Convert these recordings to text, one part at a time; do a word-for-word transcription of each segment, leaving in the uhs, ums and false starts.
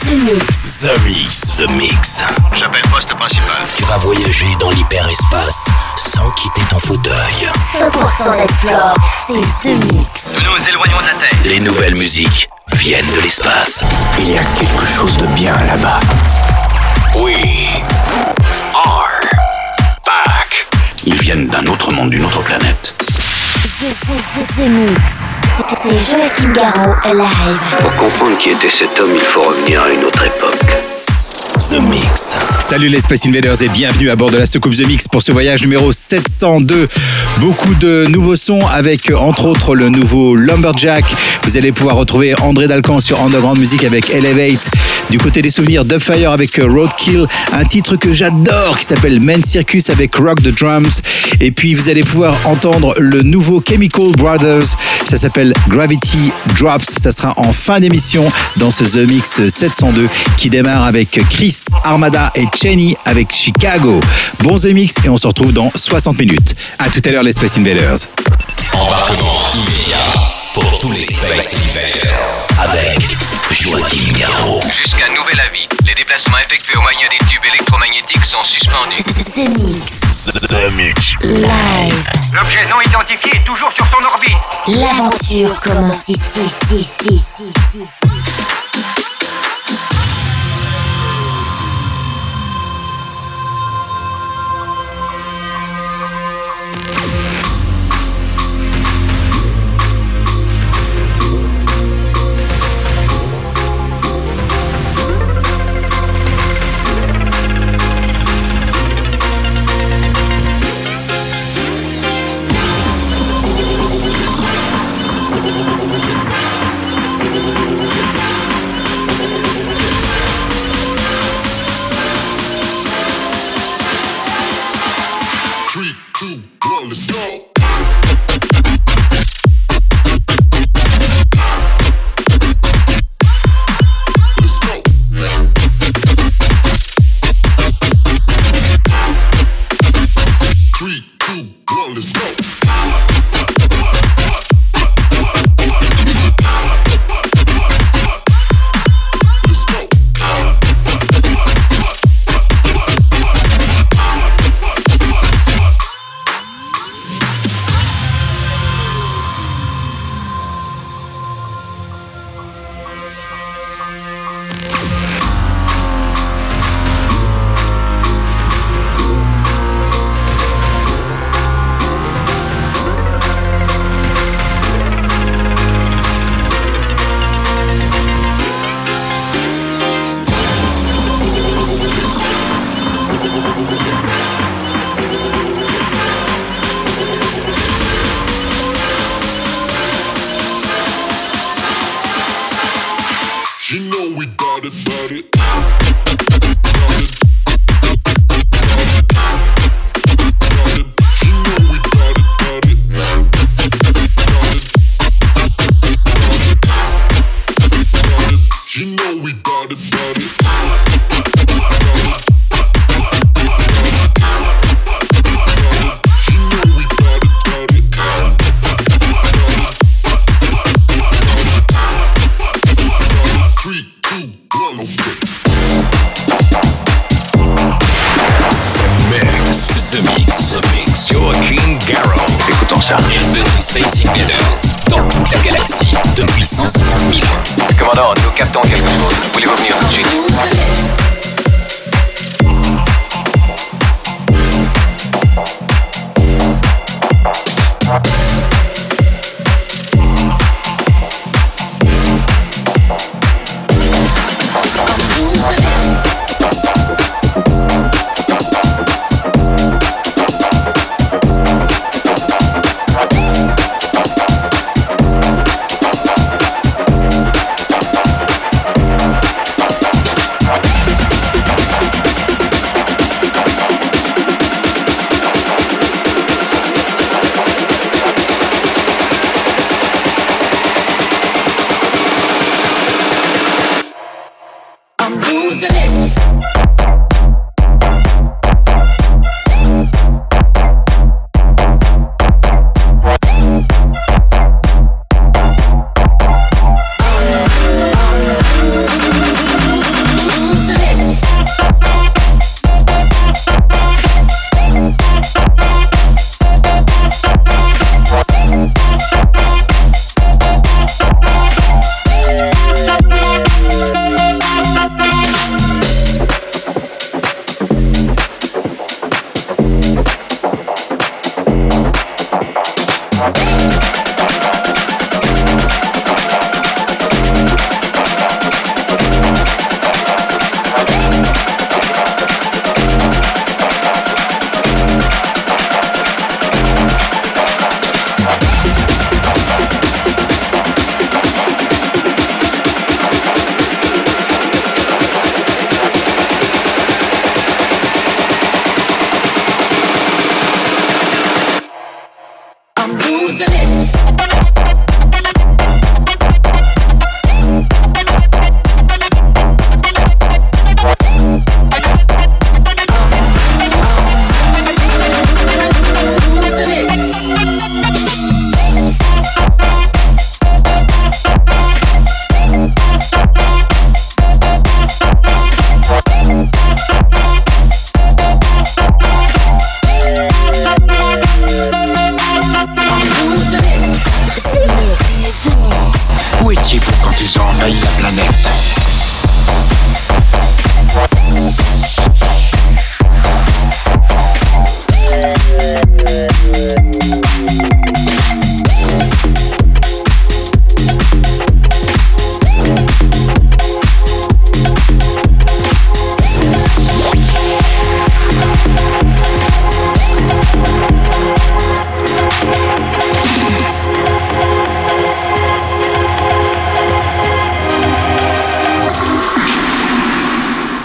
The Mix. The Mix. The Mix. J'appelle poste principal. Tu vas voyager dans l'hyperespace sans quitter ton fauteuil. cent pour cent d'explore, c'est The Mix. Nous nous éloignons de la Terre. Les nouvelles musiques viennent de l'espace. Il y a quelque chose de bien là-bas. We are back. Ils viennent d'un autre monde, d'une autre planète. The, the, the, the Mix. C'est Joachim Garraud live. Pour comprendre qui était cet homme, il faut revenir à une autre époque. The Mix. Salut les Space Invaders et bienvenue à bord de la soucoupe The Mix pour ce voyage numéro sept cent deux. Beaucoup de nouveaux sons avec entre autres le nouveau Lumberjack. Vous allez pouvoir retrouver André Dalcan sur Underground Music avec Elevate. Du côté des souvenirs, Dubfire avec Roadkill, un titre que j'adore qui s'appelle Main Circus avec Rock the Drums. Et puis vous allez pouvoir entendre le nouveau Chemical Brothers, ça s'appelle Gravity Drops. Ça sera en fin d'émission dans ce The Mix sept cent deux qui démarre avec Chris, Armada et Cheney avec Chicago. Bon The Mix et on se retrouve dans soixante minutes. À tout à l'heure les Space Invaders. Embarquement immédiat pour tous les Space Invaders avec Joachim Garraud. Jusqu'à nouvel avis, les déplacements effectués au moyen des tubes électromagnétiques sont suspendus. The Mix. The Mix. Live. L'objet non identifié est toujours sur son orbite. L'aventure commence ici, ici, ici, ici, ici.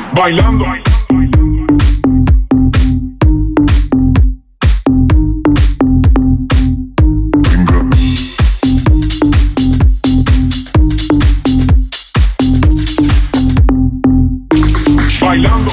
Bailando. Bailando.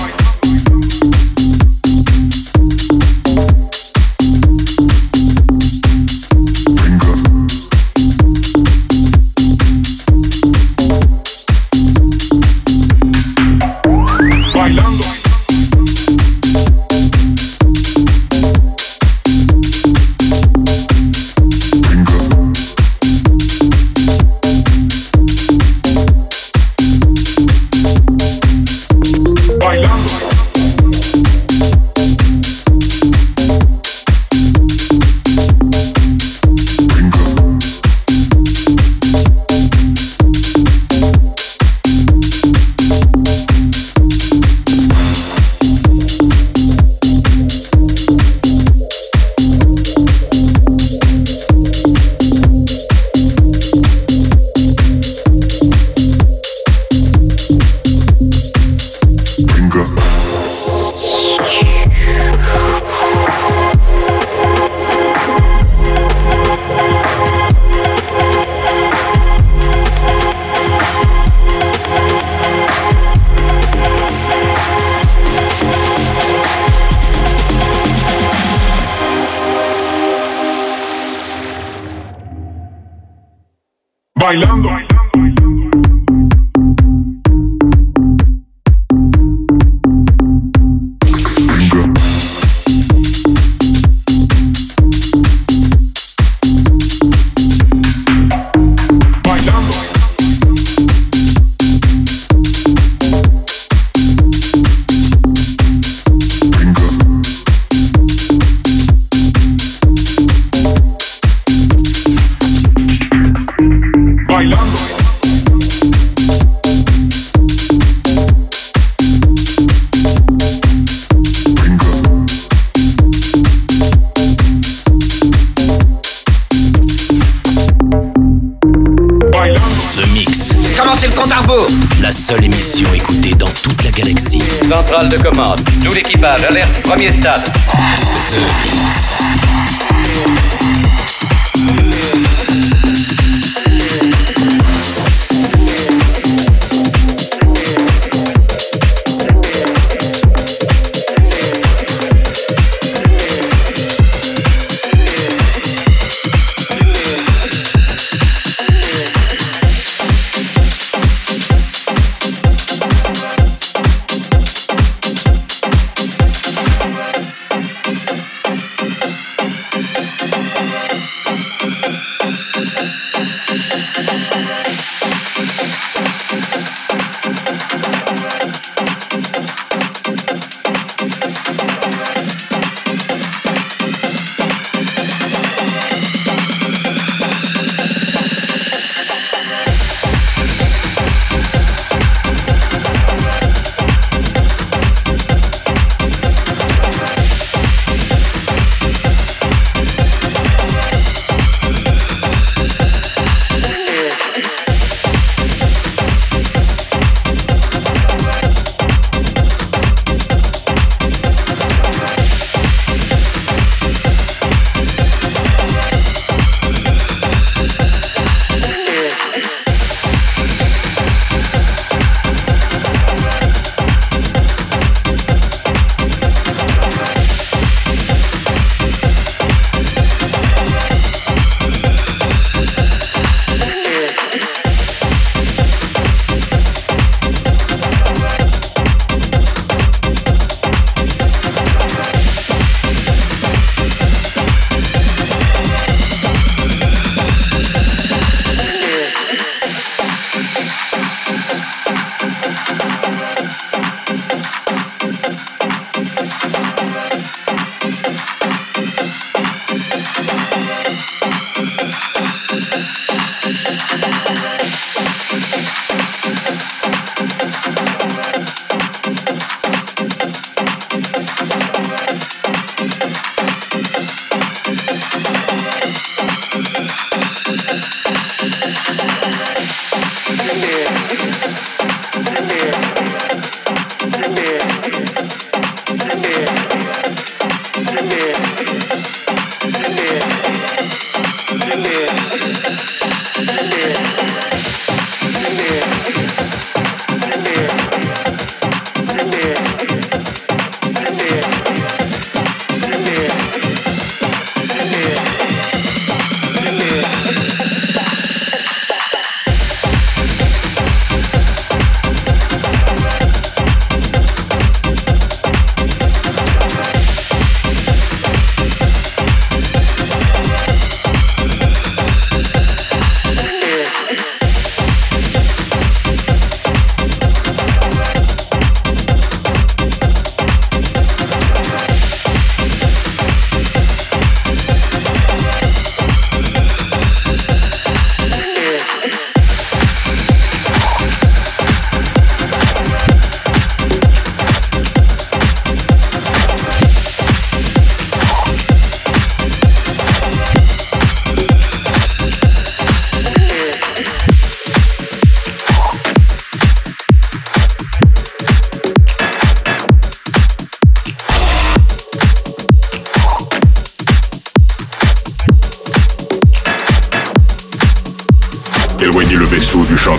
Bailando. La seule émission écoutée dans toute la galaxie. Centrale de commande. Tout l'équipage, alerte, premier stade. The Mix.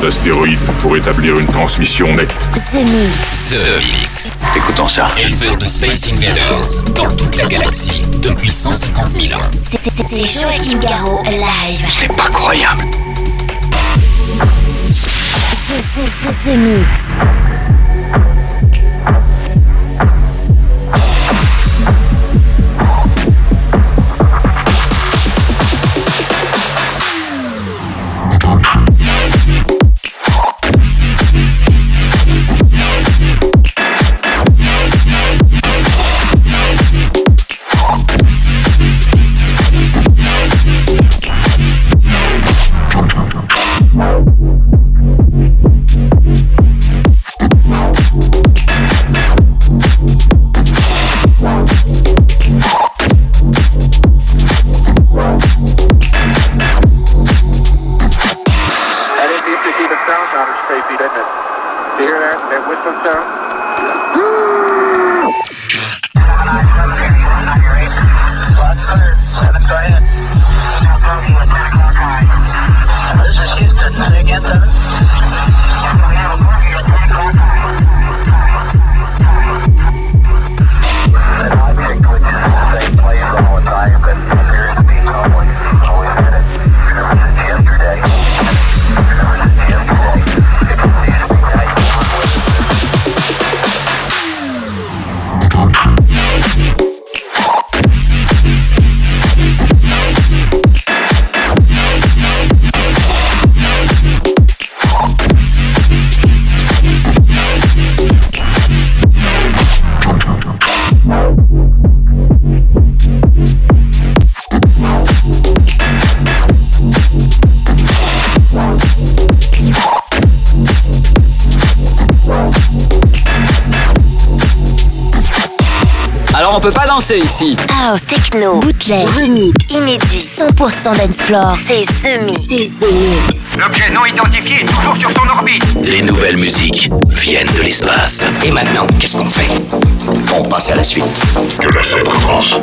d'astéroïdes pour établir une transmission nette. The Mix. The Mix. Écoutons ça. Éleveur de Space Invaders dans toute la galaxie depuis cent cinquante mille ans. C'est- c'est- C'est Joachim Garraud live. C'est pas croyable. The, the, the, the Mix. On peut pas danser ici. House, techno, bootleg, remix, inédit, cent pour cent dance floor. C'est The Mix. C'est The Mix. L'objet non identifié est toujours sur son orbite. Les nouvelles musiques viennent de l'espace. Et maintenant, qu'est-ce qu'on fait? On passe à la suite. Que la fête commence.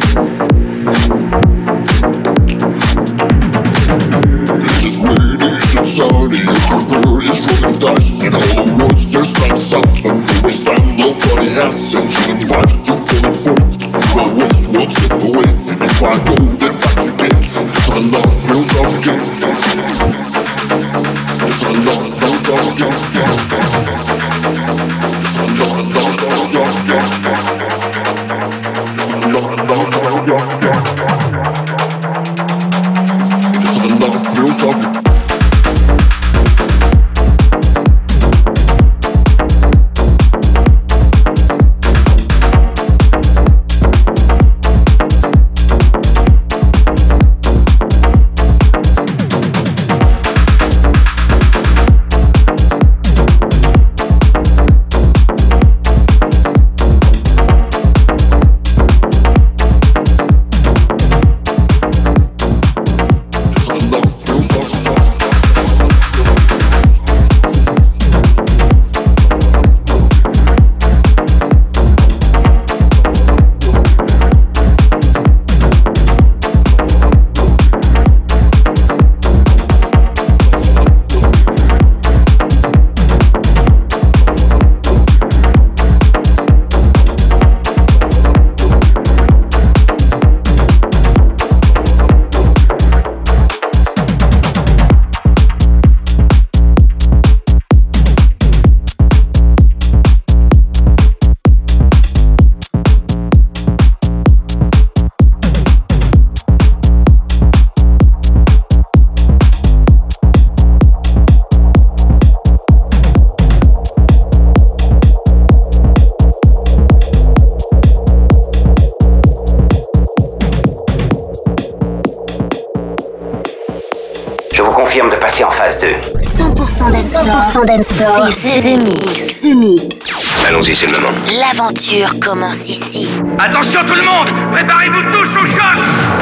De passer en phase deux. cent pour cent dance floor. cent pour cent dance floor. C'est The Mix. The Mix. Allons-y, c'est le moment. L'aventure commence ici. Attention tout le monde, préparez-vous tous au choc.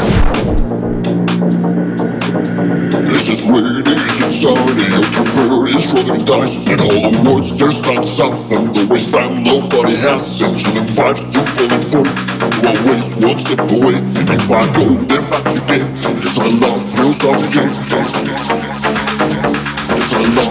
Is it raining inside your temporary is rolling dice? And all the words there's not south from the west from nobody has section and vibes to falling for you always one step away. If I go then back again. It's a love feels of game. It's a love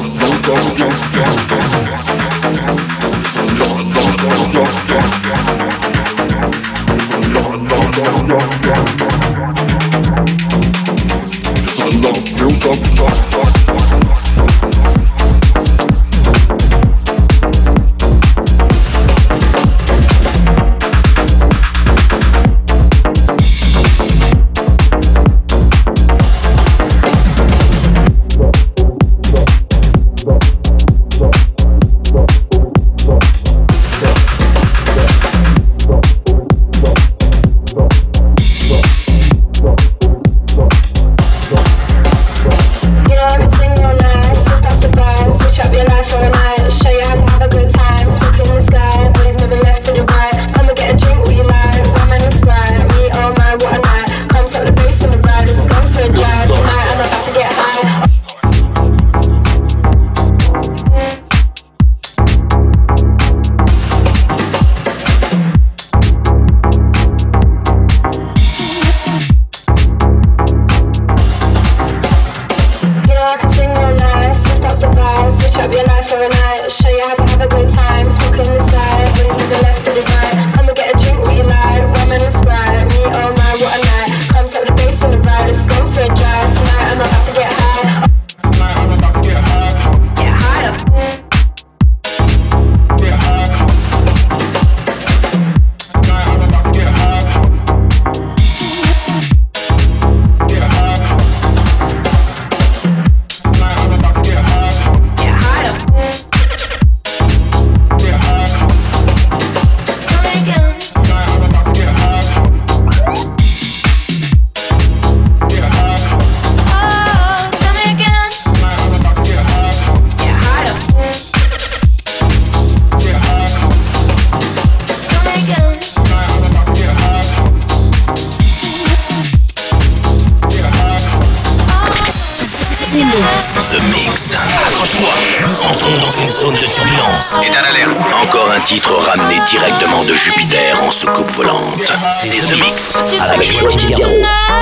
The Mix. Accroche-toi, nous entrons dans une zone de turbulence. État d'alerte. Encore un titre ramené directement de Jupiter en soucoupe volante. C'est The Mix avec Joël Figaro.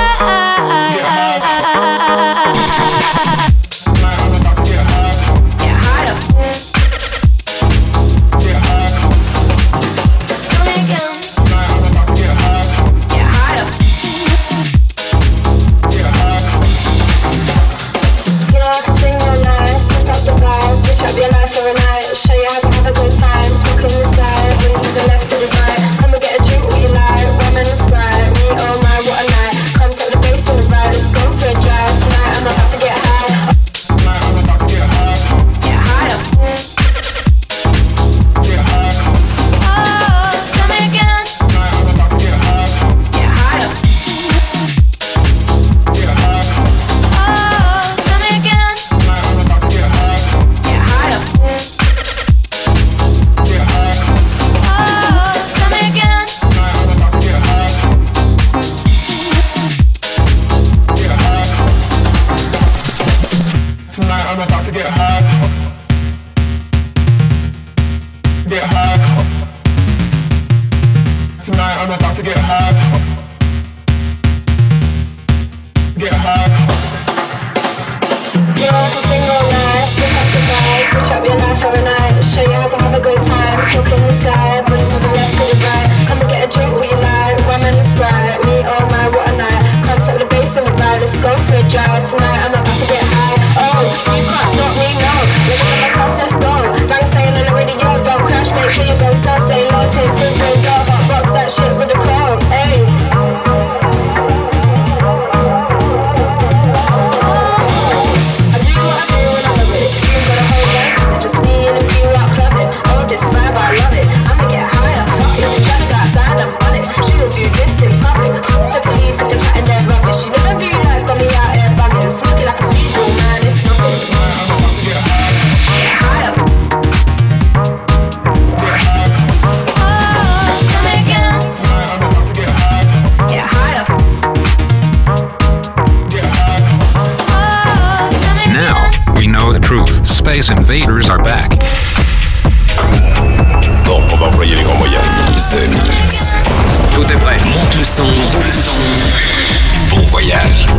Space Invaders are back. Bon, on va employer les grands moyens. The Mix. Tout est prêt. Monte le son. Bon voyage.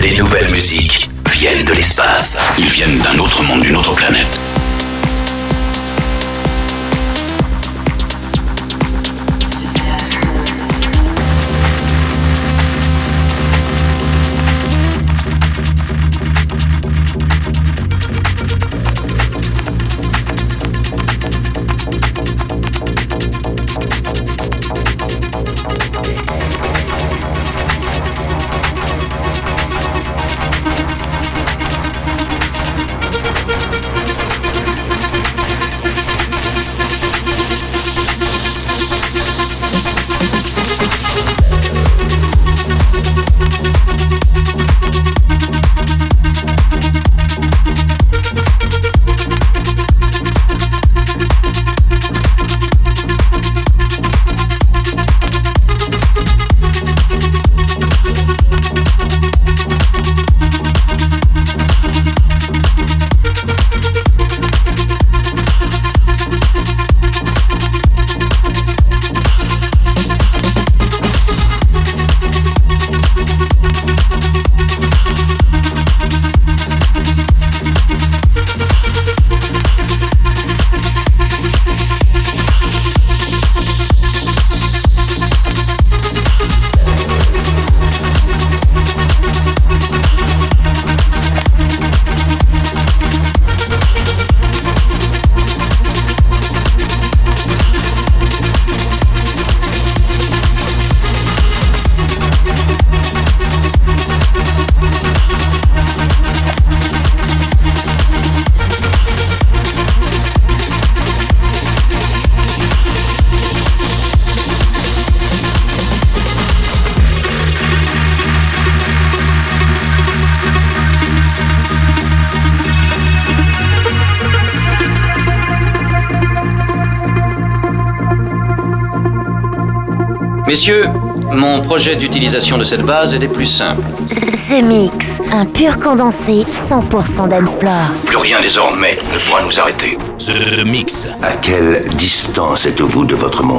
Les nouvelles musiques viennent de l'espace. Ils viennent d'un autre monde, d'une autre planète. Messieurs, mon projet d'utilisation de cette base est des plus simples. Ce mix, un pur condensé cent pour cent dancefloor. Plus rien désormais ne pourra nous arrêter. The Mix. À quelle distance êtes-vous de votre monde ?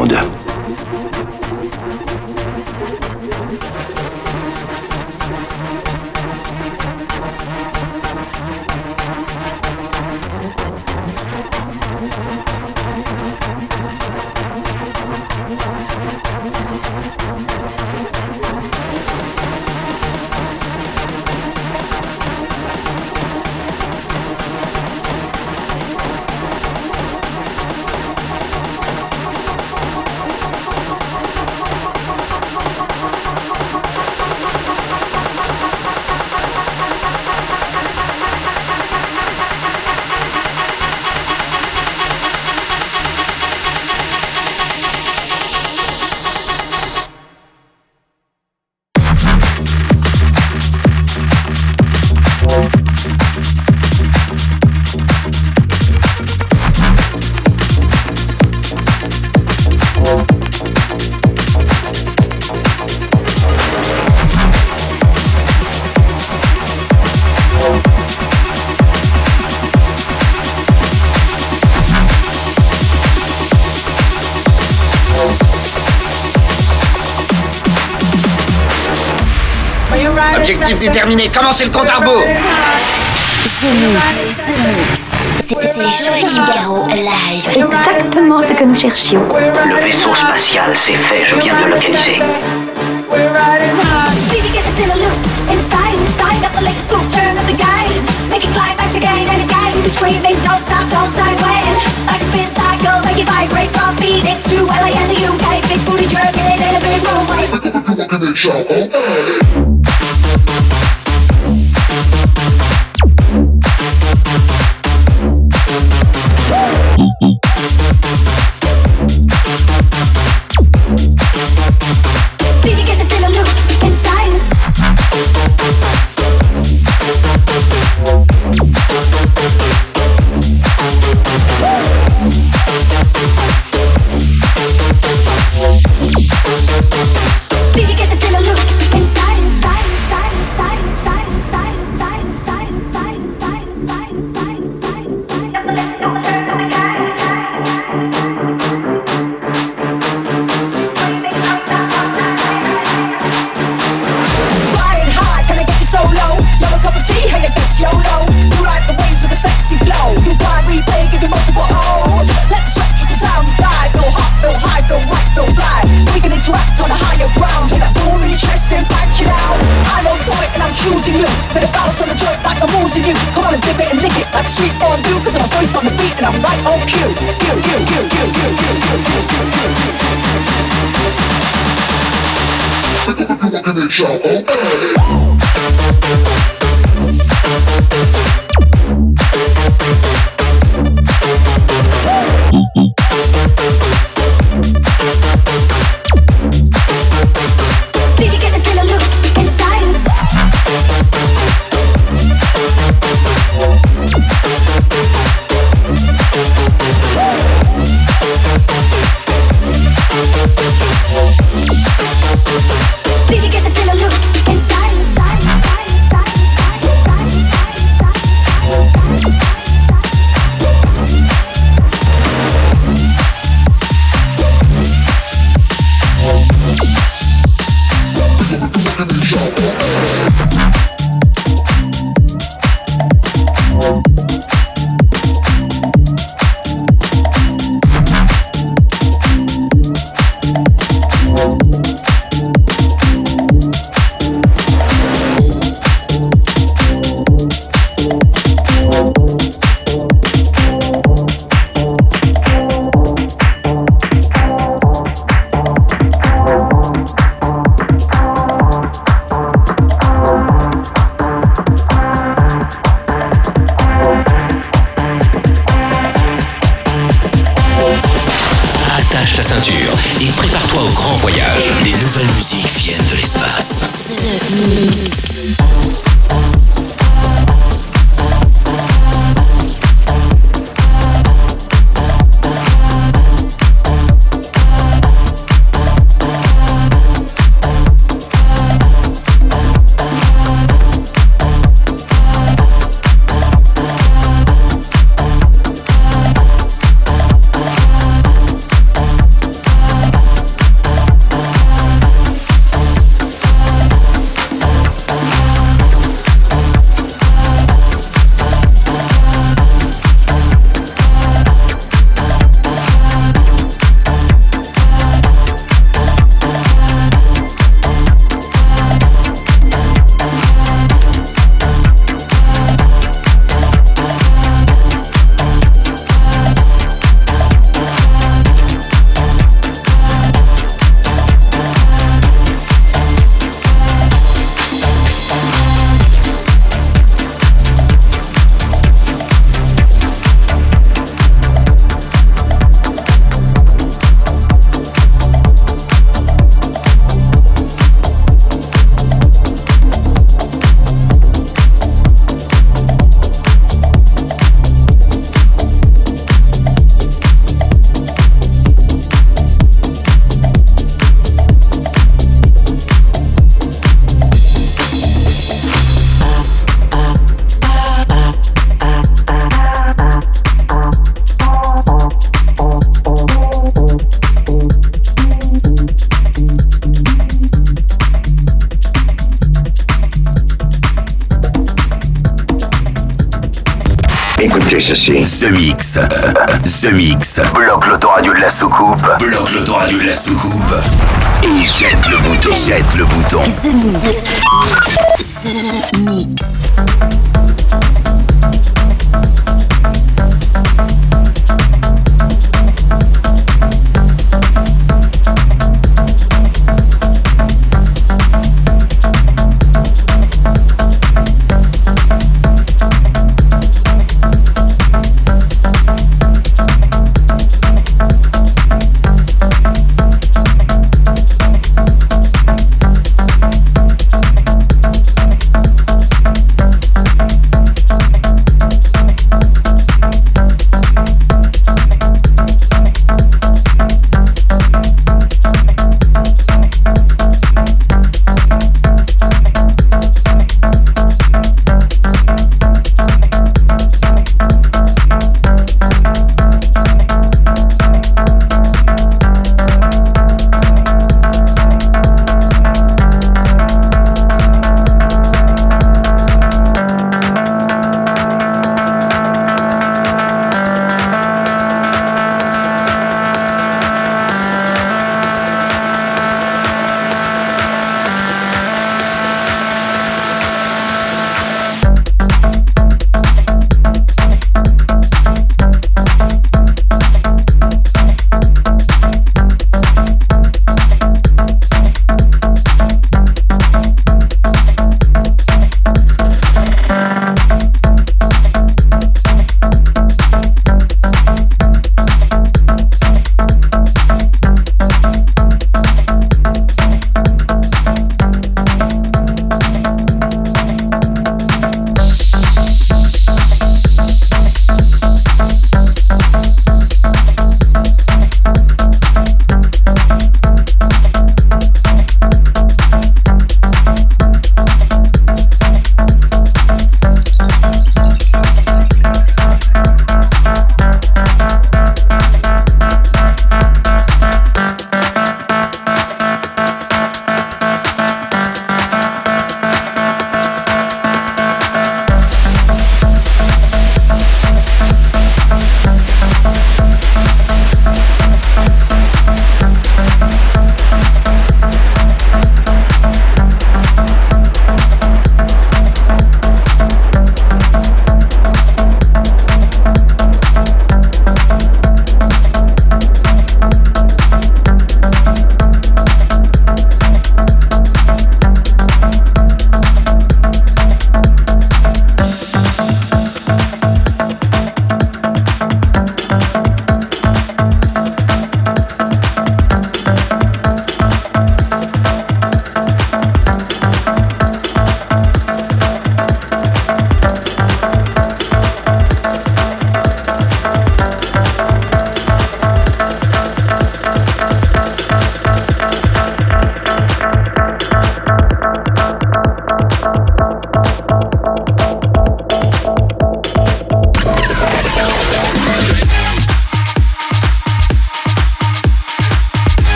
Objectif déterminé, commencez le compte à rebours. The Mix, The Mix. C'est Joachim Garraud live. Exactement ce que nous cherchions. Le vaisseau spatial, c'est fait, je viens de le localiser. So choosing you. Gonna follow some of joint like I'm losing you. Come on and dip it and lick it like a sweet fondue. Cause I'm a voice on the beat and I'm right on cue. You, you, you, you, you, you, you, you, you, you. Walking in shout, okay. Did you get this little look in silence? Did you get this little look in silence? Silence, silence, silence, silence, silence, silence. Écoutez ceci. The Mix. The Mix. Bloque l'autoradio de la soucoupe. Bloque l'autoradio de la soucoupe. Et jette le bouton. Jette le bouton. The Mix. The Mix.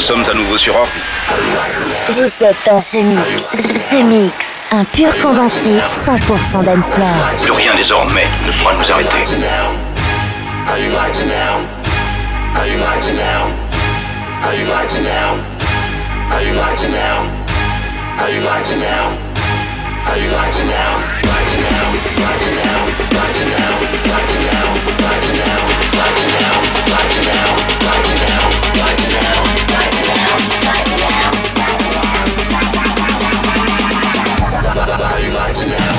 sommes à nouveau sur orbite. Vous êtes dans ce mix. Ce mix, un pur condensé cent pour cent dancefloor. Plus rien désormais ne pourra nous arrêter. How you like it now? How you like it now? How you like it now? How you like it now? How you like it now? How you like it now? Like it now? Like it now? Like it now? Like it now? Like it now? Like it now? Like it now? Like it now? Like it now? Like it now? Like it now? How you like it now?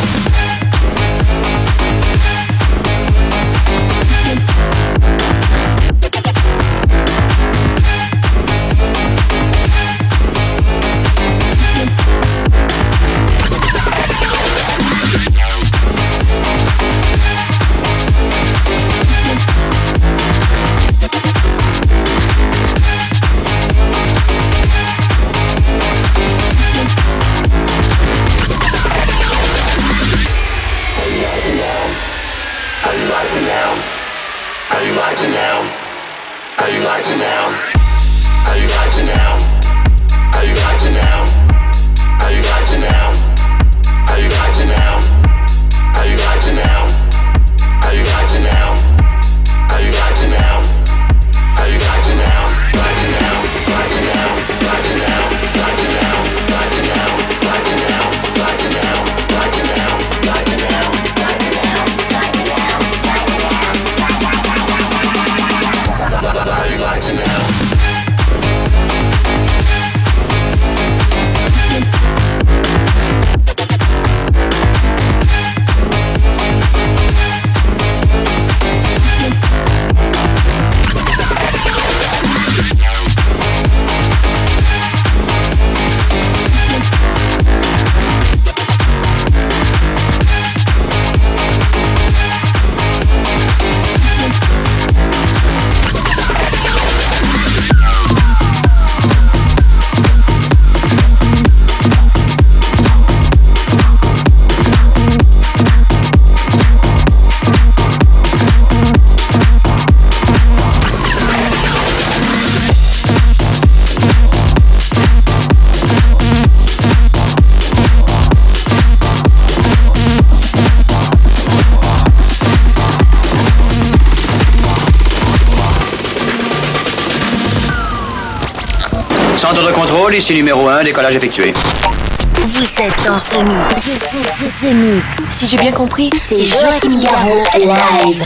Centre de contrôle, ici numéro un, décollage effectué. Vous êtes dans ce mix. Ce, ce, ce mix. Si j'ai bien compris, c'est Joachim Garraud live.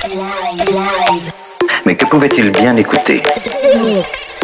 Live. Mais que pouvait-il bien écouter? Ce mix.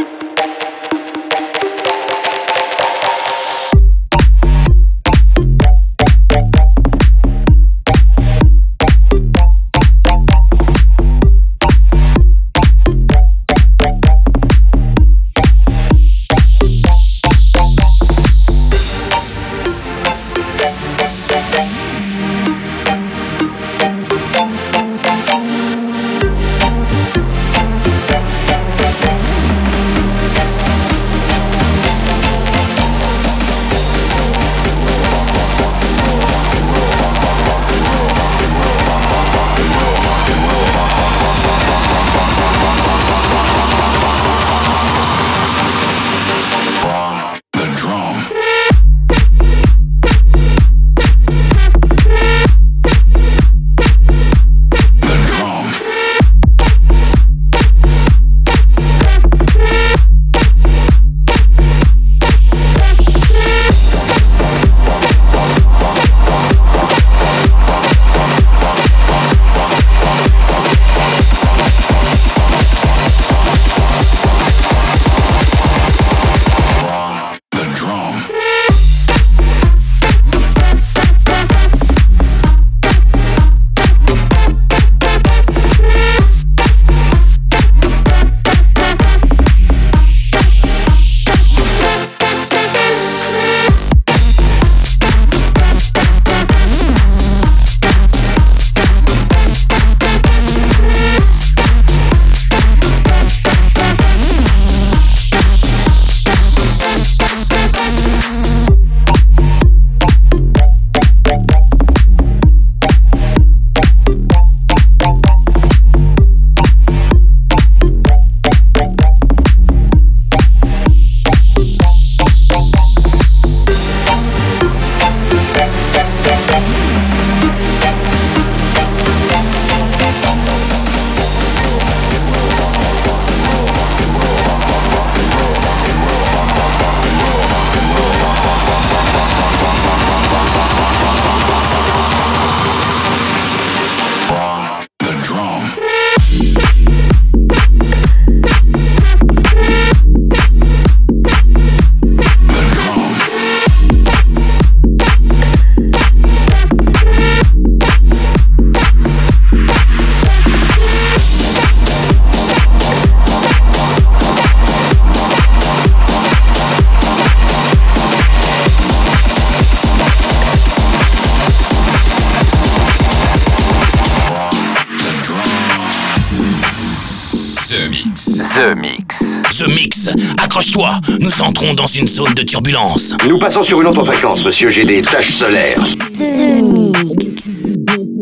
The Mix. The Mix. The Mix. Accroche-toi, nous entrons dans une zone de turbulence. Nous passons sur une autre fréquence, monsieur, j'ai des taches solaires. The Mix.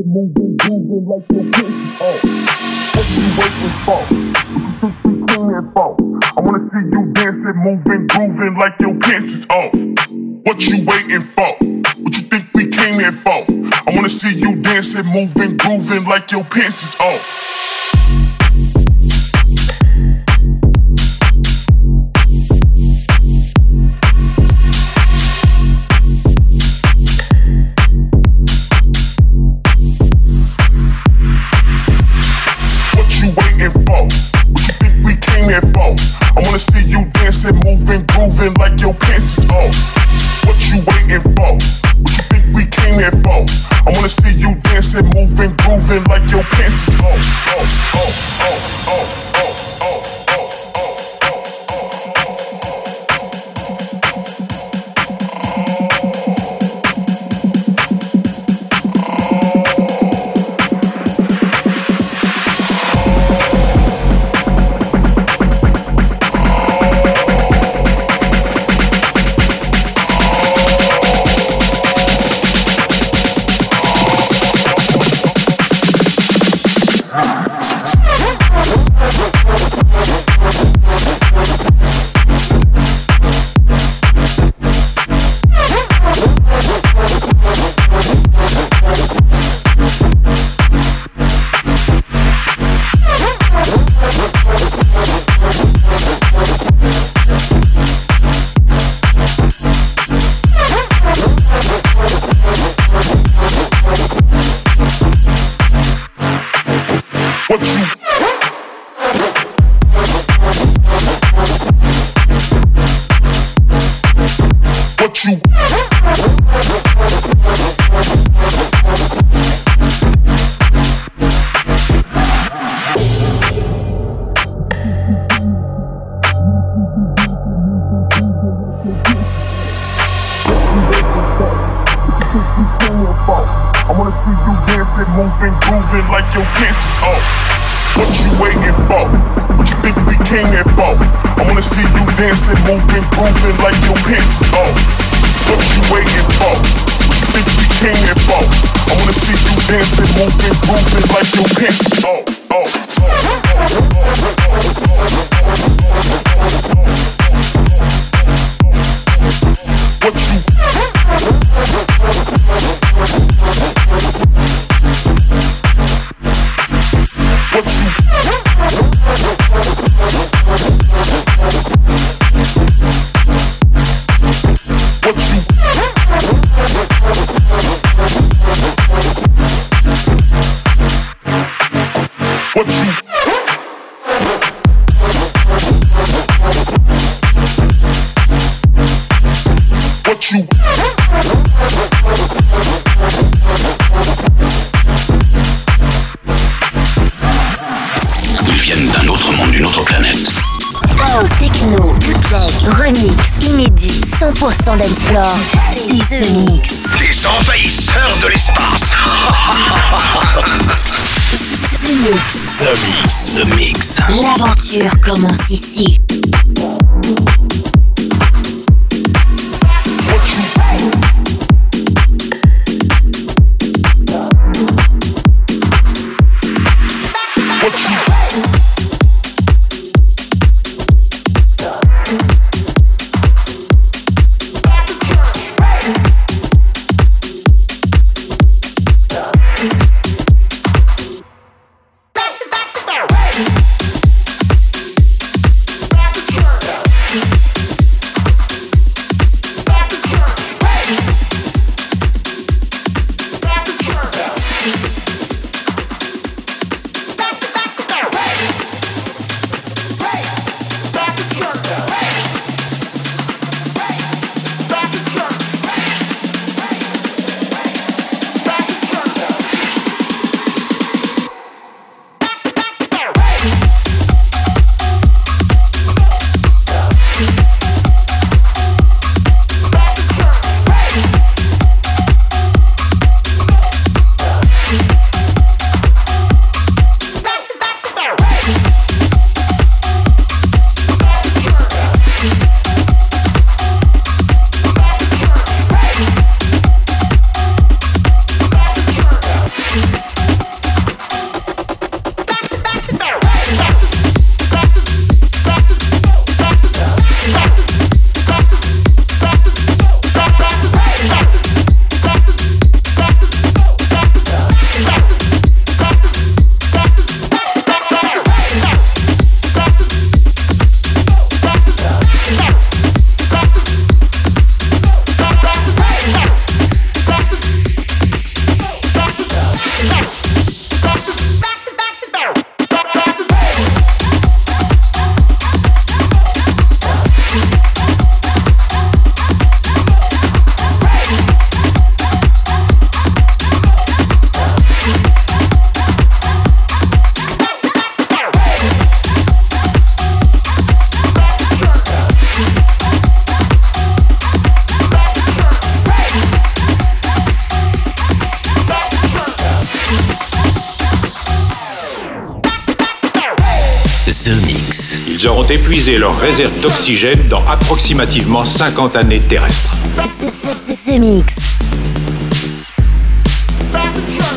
I wanna see you dancing, moving, grooving like your pants is off. What you waiting for? What you think we came here for? I wanna see you dancing, moving, grooving like your pants is off. I wanna see you dancing, moving, grooving like your pants is off. What you waiting for? What you think we came here for? I wanna see you dancing, moving, grooving like your pants is off. Off, off, off, off, off, off, off, off, off. What you What you I wanna see you dancing, moving, grooving like your pants is off. What you waiting for? What you think we came here for? I wanna see you dancing, moving, grooving like your pants is off. What you waiting for? What you think we came here for? I wanna see you dancing, moving, grooving like your pants is off. Off, What you What you What you What you What you Ils viennent d'un autre monde, d'une autre planète. House, techno, bootleg, remix, inédit, cent pour cent dance floor. C'est The Mix. Des envahisseurs de l'espace. The Mix. The Mix. The Mix. L'aventure commence ici. The Mix. Ils auront épuisé leurs réserves d'oxygène dans approximativement cinquante années terrestres. The Mix. Back to church.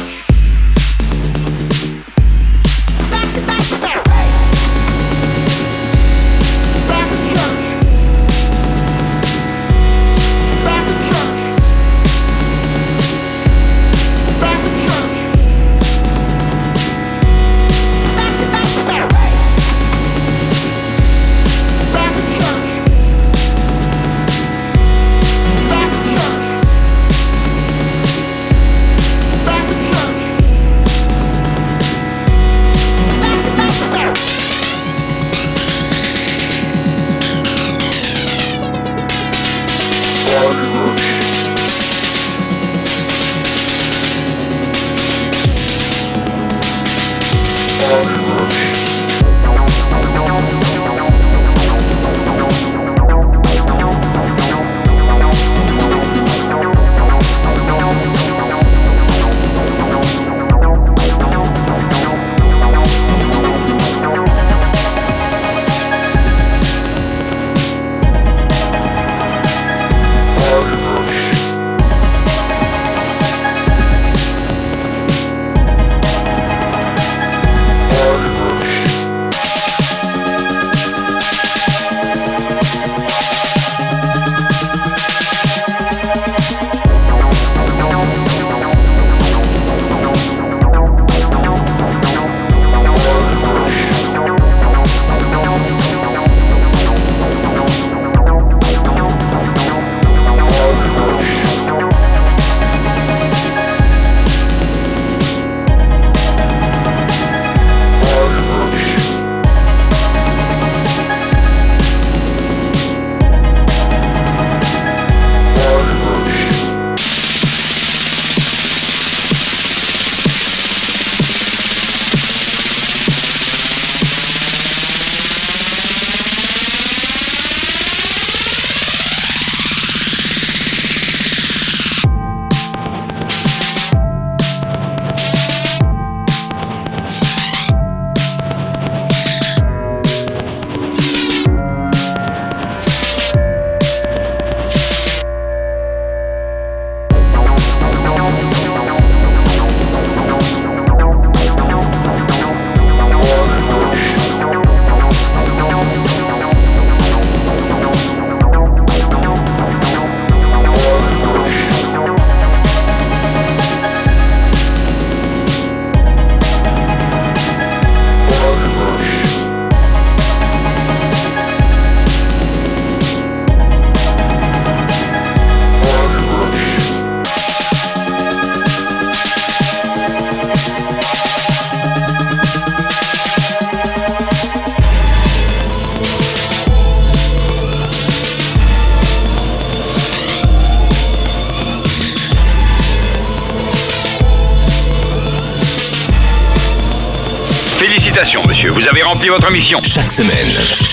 Félicitations, monsieur, vous avez rempli votre mission. Chaque semaine,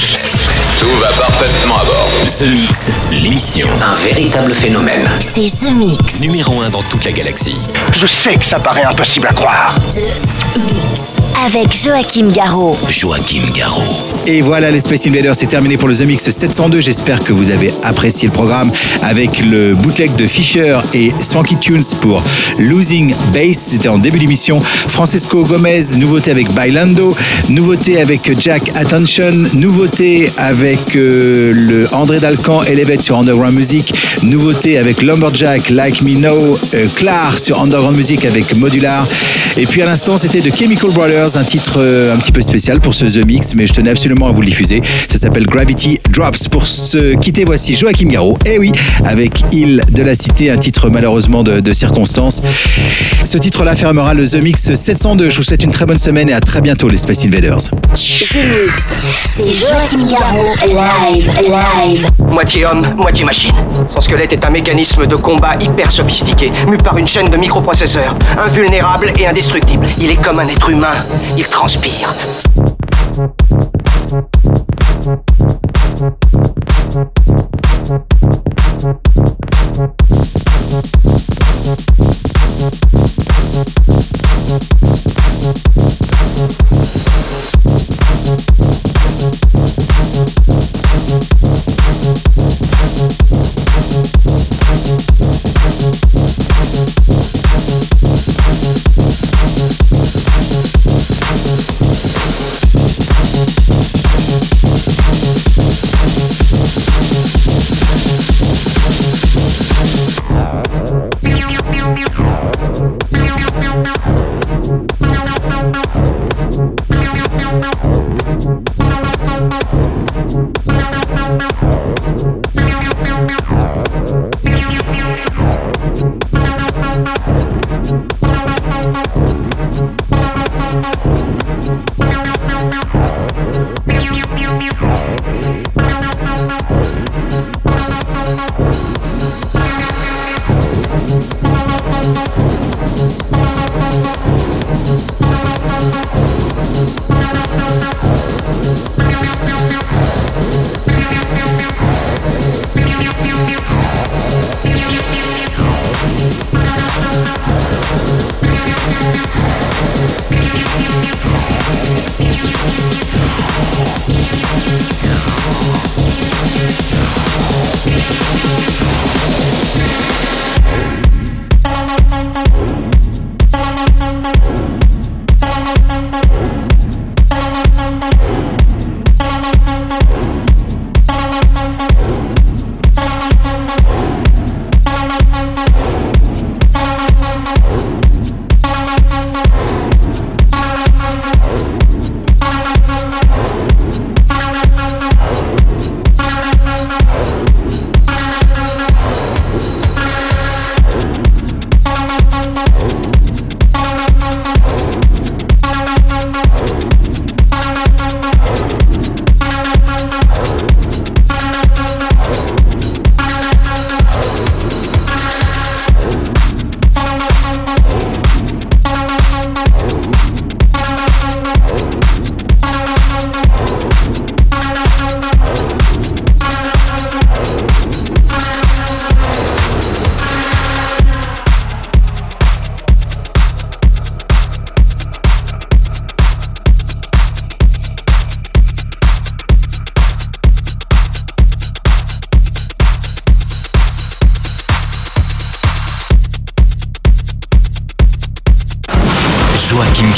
tout va parfaitement à bord. The Mix, l'émission. Un véritable phénomène. C'est The Mix. Numéro un dans toute la galaxie. Je sais que ça paraît impossible à croire. The Mix. Avec Joachim Garraud. Joachim Garraud. Et voilà, les Space Invaders, c'est terminé pour le The Mix sept cent deux. J'espère que vous avez apprécié le programme avec le bootleg de Fisher et Swanky Tunes pour Losing Bass. C'était en début d'émission. Francesco Gomez, nouveauté avec Bailando. Nouveauté avec Jack Attention. Nouveauté avec euh, le André Dalcan Elevate sur Underground Music. Nouveauté avec Lumberjack Like Me Know. Euh, Clar sur Underground Music avec Modular. Et puis à l'instant, c'était de Chemical Brothers, un titre euh, un petit peu spécial pour ce The Mix, mais je tenais absolument à vous le diffuser. Ça s'appelle Gravity Drops. Pour se quitter, voici Joachim Garraud. Eh oui, avec Île de la Cité, un titre malheureusement de, de circonstance. Ce titre-là fermera le The Mix sept cent deux. Je vous souhaite une très bonne semaine et à très bientôt, les Space Invaders. The Mix, c'est Joachim Garraud, live, live. Moitié homme, moitié machine. Son squelette est un mécanisme de combat hyper sophistiqué, mu par une chaîne de microprocesseurs, invulnérable et indestructible. Il est comme un être humain, il transpire.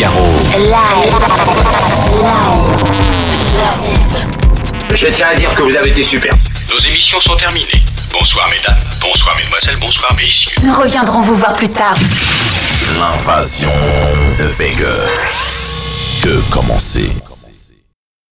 Figaro. Live. Je tiens à dire que vous avez été super. Nos émissions sont terminées. Bonsoir mesdames, bonsoir mesdemoiselles, bonsoir messieurs. Nous reviendrons vous voir plus tard. L'invasion de Vegas. Que commencer?